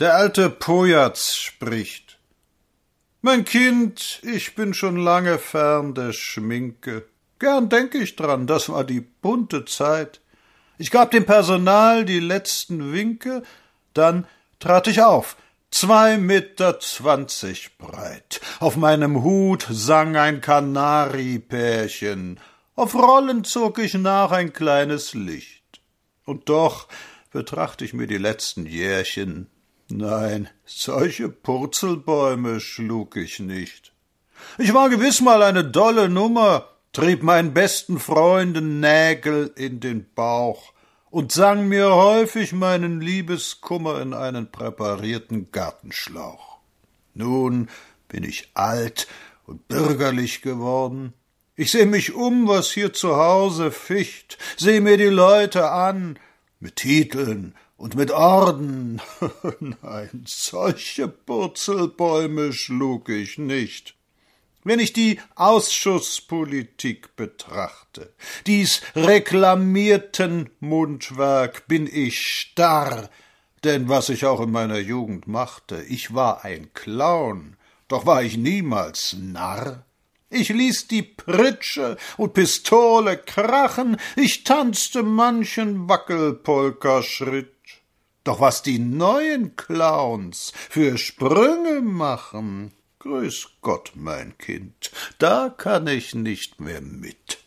Der alte Pojatz spricht. Mein Kind, ich bin schon lange fern der Schminke. Gern denk ich dran, das war die bunte Zeit. Ich gab dem Personal die letzten Winke, dann trat ich auf, 2,20 Meter breit. Auf meinem Hut sang ein Kanariepärchen, auf Rollen zog ich nach ein kleines Licht. Und doch betracht ich mir die letzten Jährchen. Nein, solche Purzelbäume schlug ich nicht. Ich war gewiss mal eine dolle Nummer, trieb meinen besten Freunden Nägel in den Bauch und sang mir häufig meinen Liebeskummer in einen präparierten Gartenschlauch. Nun bin ich alt und bürgerlich geworden. Ich seh mich was hier zu Hause ficht, seh mir die Leute an, mit Titeln und mit Orden. Nein, solche Purzelbäume schlug ich nicht. Wenn ich die Ausschusspolitik betrachte, dies reklamierten Mundwerk, bin ich starr, denn was ich auch in meiner Jugend machte, ich war ein Clown, doch war ich niemals Narr. Ich ließ die Pritsche und Pistole krachen, ich tanzte manchen Wackelpolkaschritt. Doch was die neuen Clowns für Sprünge machen, grüß Gott, mein Kind, da kann ich nicht mehr mit.